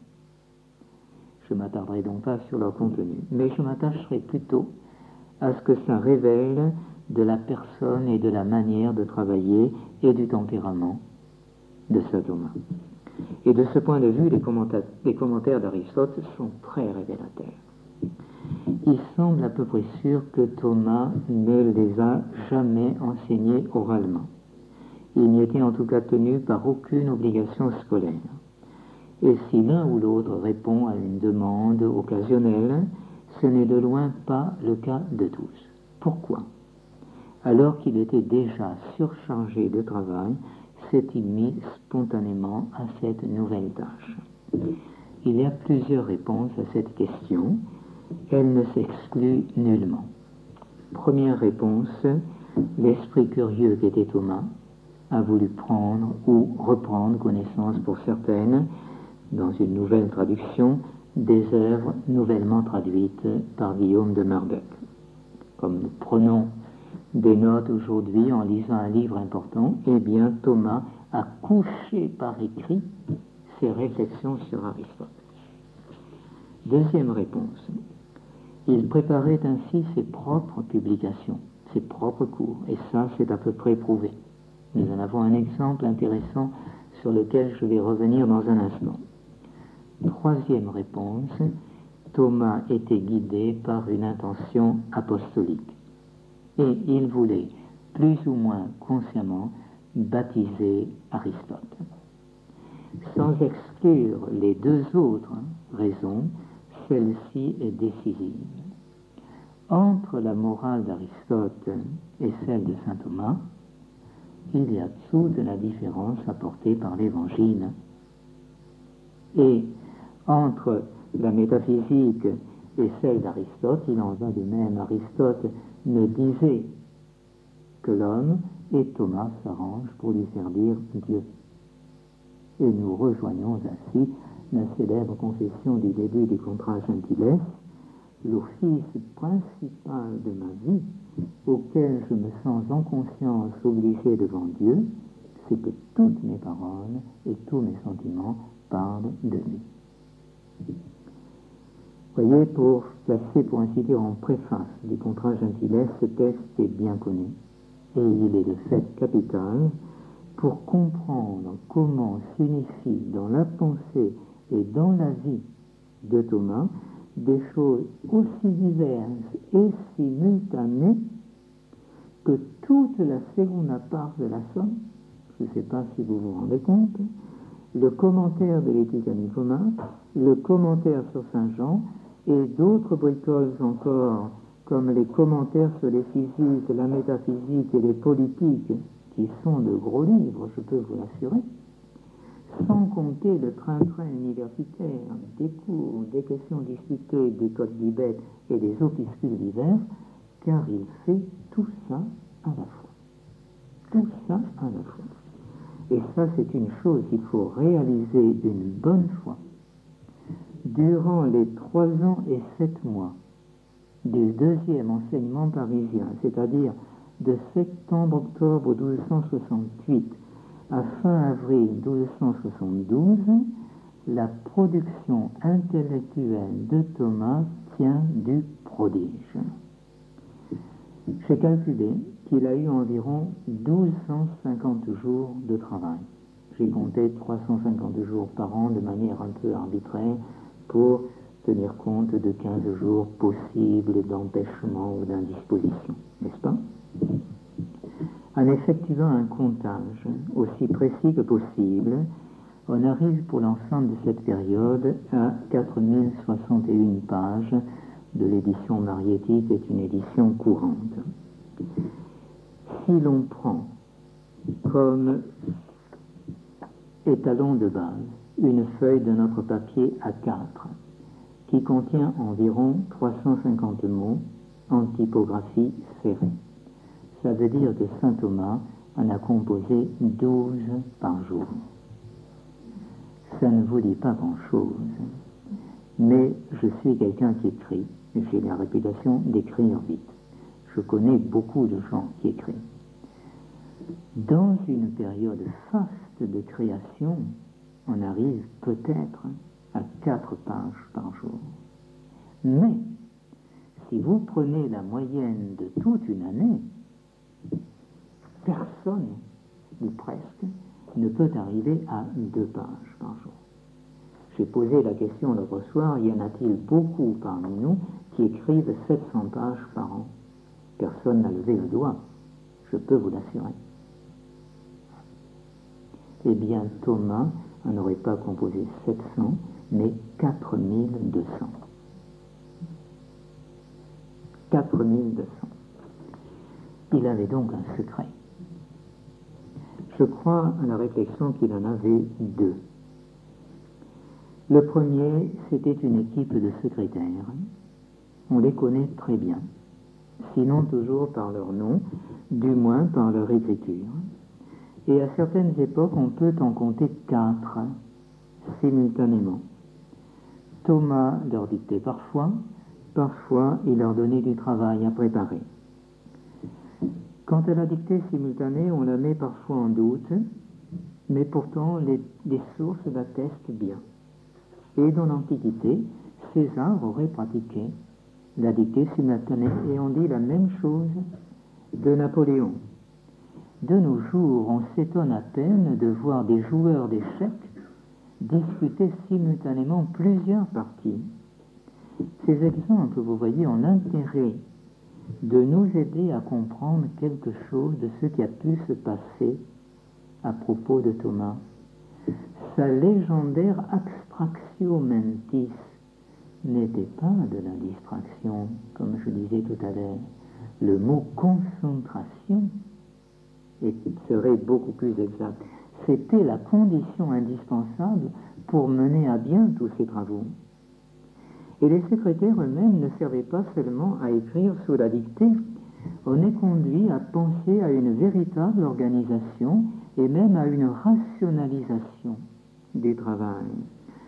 Je ne m'attarderai donc pas sur leur contenu, mais je m'attacherai plutôt à ce que ça révèle de la personne et de la manière de travailler et du tempérament de saint Thomas. Et de ce point de vue, les commentaires d'Aristote sont très révélateurs. Il semble à peu près sûr que Thomas ne les a jamais enseignés oralement. Il n'y était en tout cas tenu par aucune obligation scolaire. Et si l'un ou l'autre répond à une demande occasionnelle, ce n'est de loin pas le cas de tous. Pourquoi ? Alors qu'il était déjà surchargé de travail, s'est-il mis spontanément à cette nouvelle tâche? Il y a plusieurs réponses à cette question. Elle ne s'exclut nullement. Première réponse, l'esprit curieux qu'était Thomas a voulu prendre ou reprendre connaissance pour certaines, dans une nouvelle traduction, des œuvres nouvellement traduites par Guillaume de Marbeck. Comme nous prenons des notes aujourd'hui en lisant un livre important, eh bien Thomas a couché par écrit ses réflexions sur Aristote. Deuxième réponse, il préparait ainsi ses propres publications, ses propres cours, et ça c'est à peu près prouvé. Nous en avons un exemple intéressant sur lequel je vais revenir dans un instant. Troisième réponse, Thomas était guidé par une intention apostolique et il voulait, plus ou moins consciemment, baptiser Aristote. Sans exclure les 2 autres raisons, celle-ci est décisive. Entre la morale d'Aristote et celle de saint Thomas, il y a toute la différence apportée par l'Évangile. Et entre la métaphysique et celle d'Aristote, il en va de même. Aristote ne disait que l'homme, et Thomas s'arrange pour lui faire dire Dieu. Et nous rejoignons ainsi la célèbre confession du début du Contra Gentiles, l'office principal de ma vie, auquel je me sens en conscience obligé devant Dieu, c'est que toutes mes paroles et tous mes sentiments parlent de lui. Voyez, pour placer, pour ainsi dire, en préface du contrat gentilesse, ce texte est bien connu, et il est de fait capital pour comprendre comment s'unifient dans la pensée et dans la vie de Thomas des choses aussi diverses et simultanées que toute la seconde part de la somme. Je ne sais pas si vous vous rendez compte, le commentaire de l'éthique à Nicomaque, le commentaire sur Saint Jean et d'autres bricoles encore, comme les commentaires sur les physiques, la métaphysique et les politiques, qui sont de gros livres, je peux vous l'assurer, sans compter le train-train universitaire, des cours, des questions discutées, des codes d'Ibet et des opuscules divers, car il fait tout ça à la fois. Tout ça à la fois. Et ça, c'est une chose qu'il faut réaliser une bonne fois. Durant les 3 ans et 7 mois du deuxième enseignement parisien, c'est-à-dire de septembre-octobre 1268 à fin avril 1272, la production intellectuelle de Thomas tient du prodige. J'ai calculé qu'il a eu environ 1250 jours de travail. J'ai compté 350 jours par an de manière un peu arbitraire pour tenir compte de 15 jours possibles d'empêchement ou d'indisposition, n'est-ce pas? En effectuant un comptage aussi précis que possible, on arrive pour l'ensemble de cette période à 4061 pages de l'édition mariétique, qui est une édition courante. Si l'on prend comme étalon de base une feuille de notre papier A4 qui contient environ 350 mots en typographie serrée, ça veut dire que saint Thomas en a composé 12 par jour. Ça ne vous dit pas grand-chose, mais je suis quelqu'un qui écrit, et j'ai la réputation d'écrire vite. Je connais beaucoup de gens qui écrivent. Dans une période faste de création, on arrive peut-être à 4 pages par jour. Mais, si vous prenez la moyenne de toute une année, personne, ou presque, ne peut arriver à 2 pages par jour. J'ai posé la question l'autre soir, y en a-t-il beaucoup parmi nous qui écrivent 700 pages par an? Personne n'a levé le doigt, je peux vous l'assurer. Eh bien, Thomas n'aurait pas composé 700, mais 4200. 4200. Il avait donc un secret. Je crois à la réflexion qu'il en avait 2. Le premier, c'était une équipe de secrétaires. On les connaît très bien, sinon toujours par leur nom, du moins par leur écriture. Et à certaines époques, on peut en compter 4 simultanément. Thomas leur dictait parfois il leur donnait du travail à préparer. Quant à la dictée simultanée, on la met parfois en doute, mais pourtant les sources l'attestent bien. Et dans l'Antiquité, César aurait pratiqué la dictée simultanée, et on dit la même chose de Napoléon. De nos jours, on s'étonne à peine de voir des joueurs d'échecs discuter simultanément plusieurs parties. Ces exemples, vous voyez, ont l'intérêt de nous aider à comprendre quelque chose de ce qui a pu se passer à propos de Thomas. Sa légendaire abstractio mentis n'était pas de la distraction, comme je disais tout à l'heure. Le mot concentration serait beaucoup plus exact. C'était la condition indispensable pour mener à bien tous ces travaux. Et les secrétaires eux-mêmes ne servaient pas seulement à écrire sous la dictée. On est conduit à penser à une véritable organisation et même à une rationalisation du travail.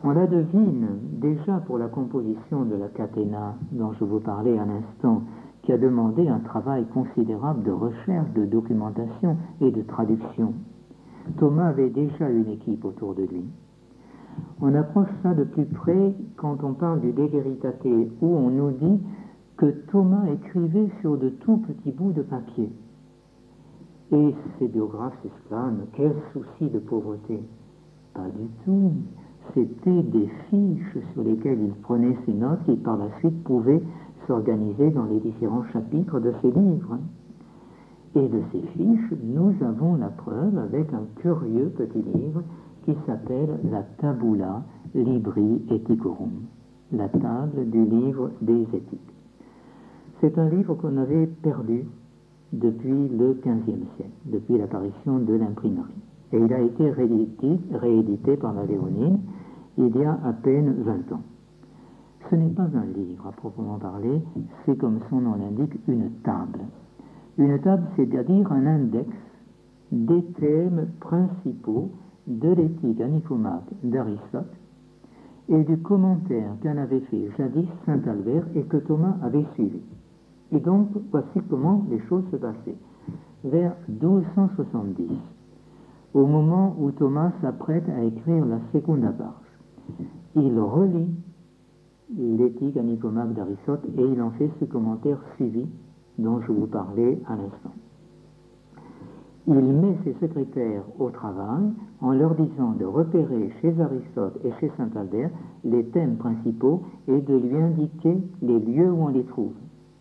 On la devine déjà pour la composition de la Catena dont je vous parlais à l'instant, qui a demandé un travail considérable de recherche, de documentation et de traduction. Thomas avait déjà une équipe autour de lui. On approche ça de plus près quand on parle du De Veritate, où on nous dit que Thomas écrivait sur de tout petits bouts de papier. Et ses biographes s'exclament, quel souci de pauvreté! Pas du tout. C'était des fiches sur lesquelles il prenait ses notes et par la suite pouvait s'organiser dans les différents chapitres de ses livres. Et de ces fiches, nous avons la preuve avec un curieux petit livre qui s'appelle la Tabula Libri Ethicorum, la table du livre des éthiques. C'est un livre qu'on avait perdu depuis le XVe siècle, depuis l'apparition de l'imprimerie. Et il a été réédité par la Léonine il y a à peine 20 ans. Ce n'est pas un livre à proprement parler, c'est comme son nom l'indique, une table. Une table, c'est-à-dire un index des thèmes principaux de l'éthique anicomaque d'Aristote et du commentaire qu'en avait fait jadis saint Albert et que Thomas avait suivi. Et donc, voici comment les choses se passaient. Vers 1270, au moment où Thomas s'apprête à écrire la Secunda Pars, il relit l'éthique anicomaque d'Aristote et il en fait ce commentaire suivi dont je vous parlais à l'instant. Il met ses secrétaires au travail en leur disant de repérer chez Aristote et chez saint Albert les thèmes principaux et de lui indiquer les lieux où on les trouve.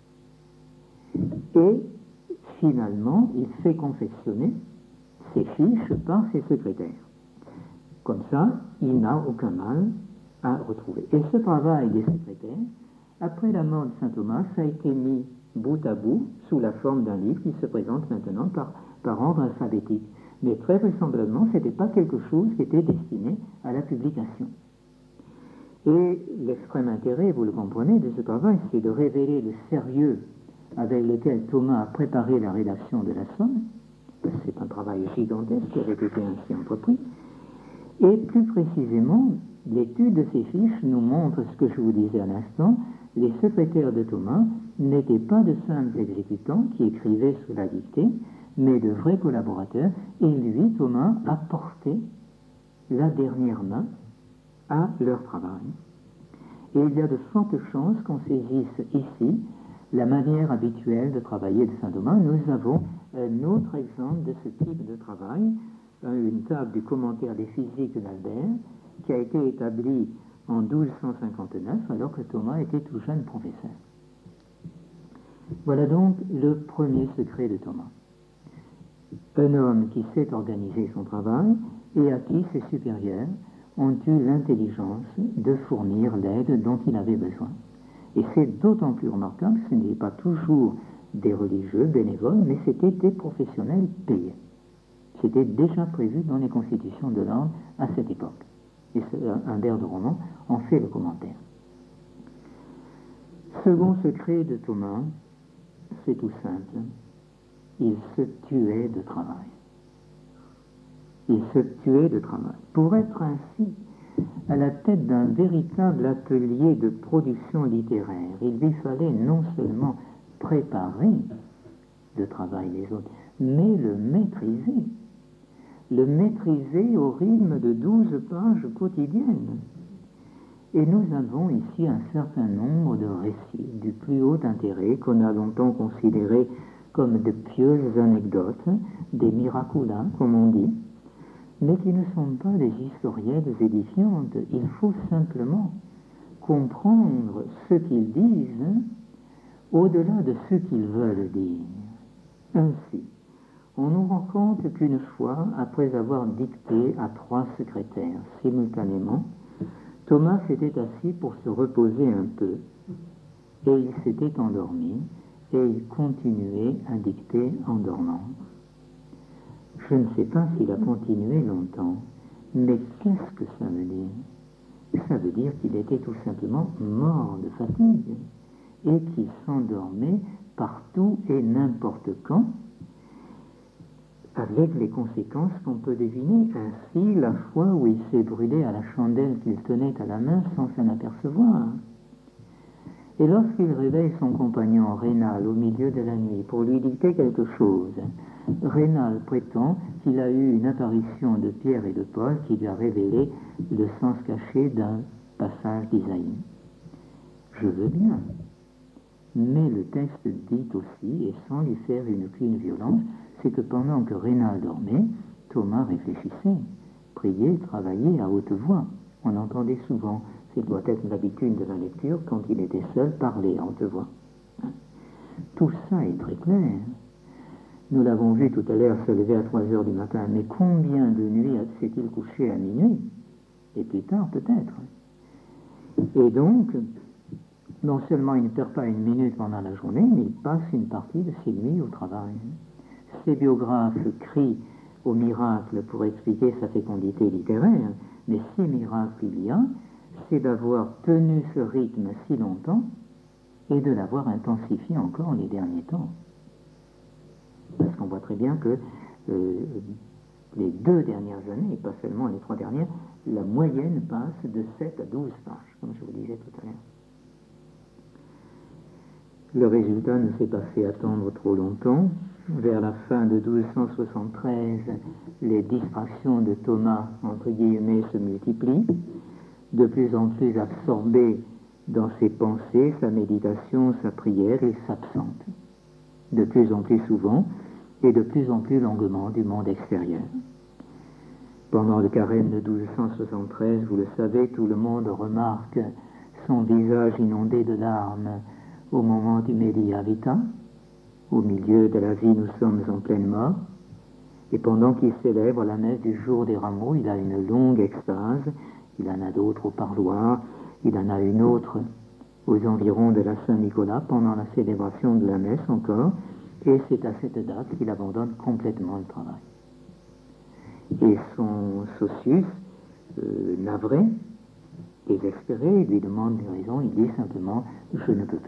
Et finalement, il fait confectionner ses fiches par ses secrétaires. Comme ça, il n'a aucun mal à retrouver. Et ce travail des secrétaires, après la mort de saint Thomas, ça a été mis bout à bout sous la forme d'un livre qui se présente maintenant par ordre alphabétique. Mais très vraisemblablement, ce n'était pas quelque chose qui était destiné à la publication. Et l'extrême intérêt, vous le comprenez, de ce travail, c'est de révéler le sérieux avec lequel Thomas a préparé la rédaction de la Somme, parce que c'est un travail gigantesque qui avait été ainsi entrepris, et plus précisément, l'étude de ces fiches nous montre ce que je vous disais à l'instant, les secrétaires de Thomas n'étaient pas de simples exécutants qui écrivaient sous la dictée, mais de vrais collaborateurs, et lui, Thomas, a porté la dernière main à leur travail. Et il y a de fortes chances qu'on saisisse ici la manière habituelle de travailler de saint Thomas. Nous avons un autre exemple de ce type de travail, une table du commentaire des physiques d'Albert, qui a été établie en 1259, alors que Thomas était tout jeune professeur. Voilà donc le premier secret de Thomas. Un homme qui sait organiser son travail et à qui ses supérieurs ont eu l'intelligence de fournir l'aide dont il avait besoin. Et c'est d'autant plus remarquable que ce n'était pas toujours des religieux bénévoles, mais c'était des professionnels payés. C'était déjà prévu dans les constitutions de l'ordre à cette époque. Et Humbert de Roman en fait le commentaire. Second secret de Thomas, c'est tout simple. Il se tuait de travail. Il se tuait de travail. Pour être ainsi à la tête d'un véritable atelier de production littéraire, il lui fallait non seulement préparer le travail des autres, mais le maîtriser. Le maîtriser au rythme de 12 pages quotidiennes. Et nous avons ici un certain nombre de récits du plus haut intérêt qu'on a longtemps considérés comme de pieuses anecdotes, des miracula, comme on dit, mais qui ne sont pas des historiettes édifiantes. Il faut simplement comprendre ce qu'ils disent au-delà de ce qu'ils veulent dire. Ainsi, on nous rend compte qu'une fois, après avoir dicté à 3 secrétaires simultanément, Thomas s'était assis pour se reposer un peu, et il s'était endormi, et il continuait à dicter en dormant. Je ne sais pas s'il a continué longtemps, mais qu'est-ce que ça veut dire? Ça veut dire qu'il était tout simplement mort de fatigue, et qu'il s'endormait partout et n'importe quand. avec les conséquences qu'on peut deviner. Ainsi, la fois où il s'est brûlé à la chandelle qu'il tenait à la main sans s'en apercevoir. Et lorsqu'il réveille son compagnon Rénal au milieu de la nuit pour lui dicter quelque chose, Rénal prétend qu'il a eu une apparition de Pierre et de Paul qui lui a révélé le sens caché d'un passage d'Isaïe. Je veux bien. Mais le texte dit aussi, et sans lui faire aucune violence, c'est que pendant que Rénal dormait, Thomas réfléchissait, priait, travaillait à haute voix. On entendait souvent, ce doit être l'habitude de la lecture, quand il était seul, parler à haute voix. Tout ça est très clair. Nous l'avons vu tout à l'heure se lever à 3 heures du matin, mais combien de nuits s'est-il couché à minuit? Et plus tard peut-être. Et donc, non seulement il ne perd pas une minute pendant la journée, mais il passe une partie de ses nuits au travail. Ces biographes crient au miracle pour expliquer sa fécondité littéraire, mais si miracle il y a, c'est d'avoir tenu ce rythme si longtemps et de l'avoir intensifié encore les derniers temps. Parce qu'on voit très bien que les 2 dernières années, et pas seulement les 3 dernières, la moyenne passe de 7 à 12 pages, comme je vous disais tout à l'heure. Le résultat ne s'est pas fait attendre trop longtemps. Vers la fin de 1273, les distractions de Thomas, entre guillemets, se multiplient, de plus en plus absorbé dans ses pensées, sa méditation, sa prière, il s'absente, de plus en plus souvent et de plus en plus longuement du monde extérieur. Pendant le carême de 1273, vous le savez, tout le monde remarque son visage inondé de larmes au moment du Media Vita. Au milieu de la vie, nous sommes en pleine mort. Et pendant qu'il célèbre la messe du jour des rameaux, il a une longue extase. Il en a d'autres au parloir. Il en a une autre aux environs de la Saint-Nicolas pendant la célébration de la messe encore. Et c'est à cette date qu'il abandonne complètement le travail. Et son socius, navré, désespéré, lui demande des raisons. Il dit simplement « je ne peux plus ».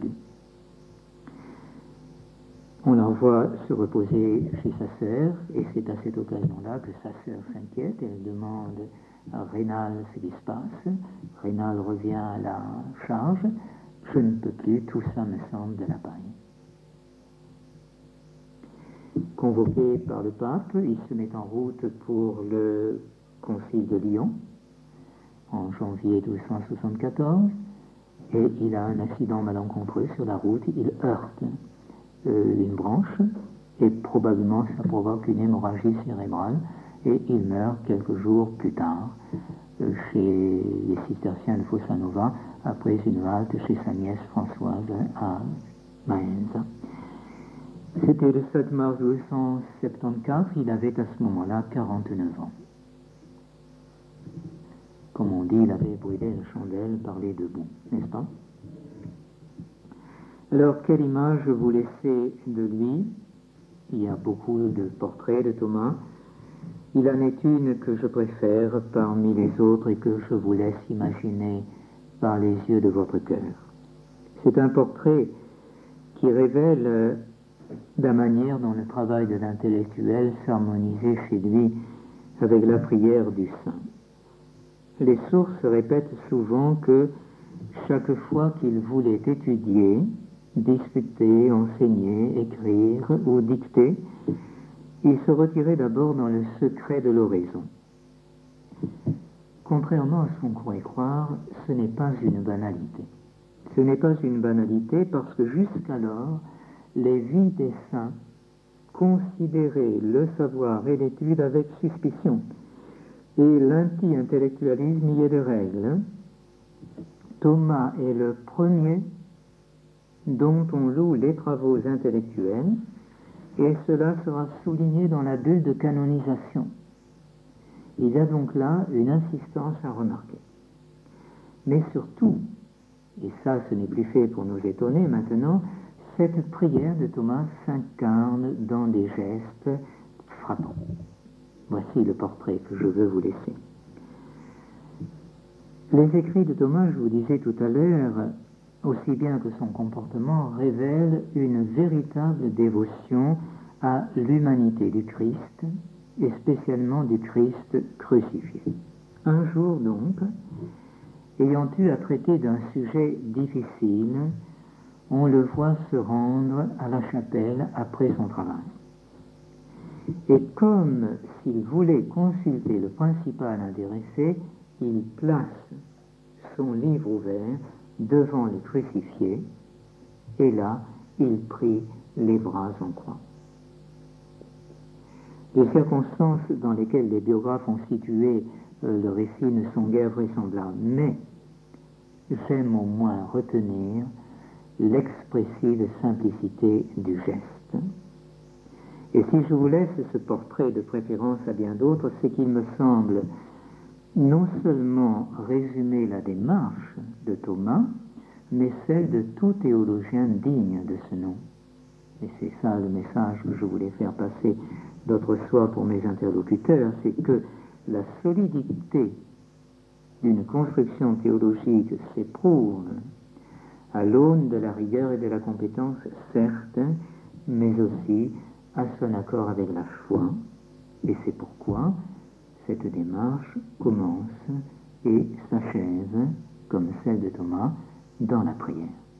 On l'envoie se reposer chez sa sœur, et c'est à cette occasion-là que sa sœur s'inquiète. Elle demande à Rénal ce qui se passe. Rénal revient à la charge. Je ne peux plus, tout ça me semble de la paille. Convoqué par le pape, il se met en route pour le concile de Lyon en janvier 1274, et il a un accident malencontreux sur la route. Il heurte une branche et probablement ça provoque une hémorragie cérébrale et il meurt quelques jours plus tard chez les cisterciens de Fossanova après une halte chez sa nièce Françoise à Maenza. C'était le 7 mars 1274, il avait à ce moment-là 49 ans. Comme on dit, il avait brûlé la chandelle par les 2 bouts, n'est-ce pas? Alors, quelle image vous laissez de lui? Il y a beaucoup de portraits de Thomas. Il en est une que je préfère parmi les autres et que je vous laisse imaginer par les yeux de votre cœur. C'est un portrait qui révèle la manière dont le travail de l'intellectuel s'harmonisait chez lui avec la prière du saint. Les sources répètent souvent que chaque fois qu'il voulait étudier, discuter, enseigner, écrire ou dicter, il se retirait d'abord dans le secret de l'oraison. Contrairement à ce qu'on croit croire, ce n'est pas une banalité. Ce n'est pas une banalité parce que jusqu'alors, les vies des saints considéraient le savoir et l'étude avec suspicion. Et l'anti-intellectualisme y est de règle. Thomas est le premier dont on loue les travaux intellectuels, et cela sera souligné dans la bulle de canonisation. Il y a donc là une insistance à remarquer. Mais surtout, et ça ce n'est plus fait pour nous étonner maintenant, cette prière de Thomas s'incarne dans des gestes frappants. Voici le portrait que je veux vous laisser. Les écrits de Thomas, je vous disais tout à l'heure, aussi bien que son comportement, révèlent une véritable dévotion à l'humanité du Christ, et spécialement du Christ crucifié. Un jour donc, ayant eu à traiter d'un sujet difficile, on le voit se rendre à la chapelle après son travail. Et comme s'il voulait consulter le principal intéressé, il place son livre ouvert devant le crucifié, et là, il prit les bras en croix. Les circonstances dans lesquelles les biographes ont situé le récit ne sont guère vraisemblables, mais j'aime au moins retenir l'expressive simplicité du geste. Et si je vous laisse ce portrait de préférence à bien d'autres, c'est qu'il me semble non seulement résumer la démarche de Thomas, mais celle de tout théologien digne de ce nom. Et c'est ça le message que je voulais faire passer d'autre soir pour mes interlocuteurs, c'est que la solidité d'une construction théologique s'éprouve à l'aune de la rigueur et de la compétence, certes, mais aussi à son accord avec la foi. Et c'est pourquoi cette démarche commence et s'achève, comme celle de Thomas, dans la prière.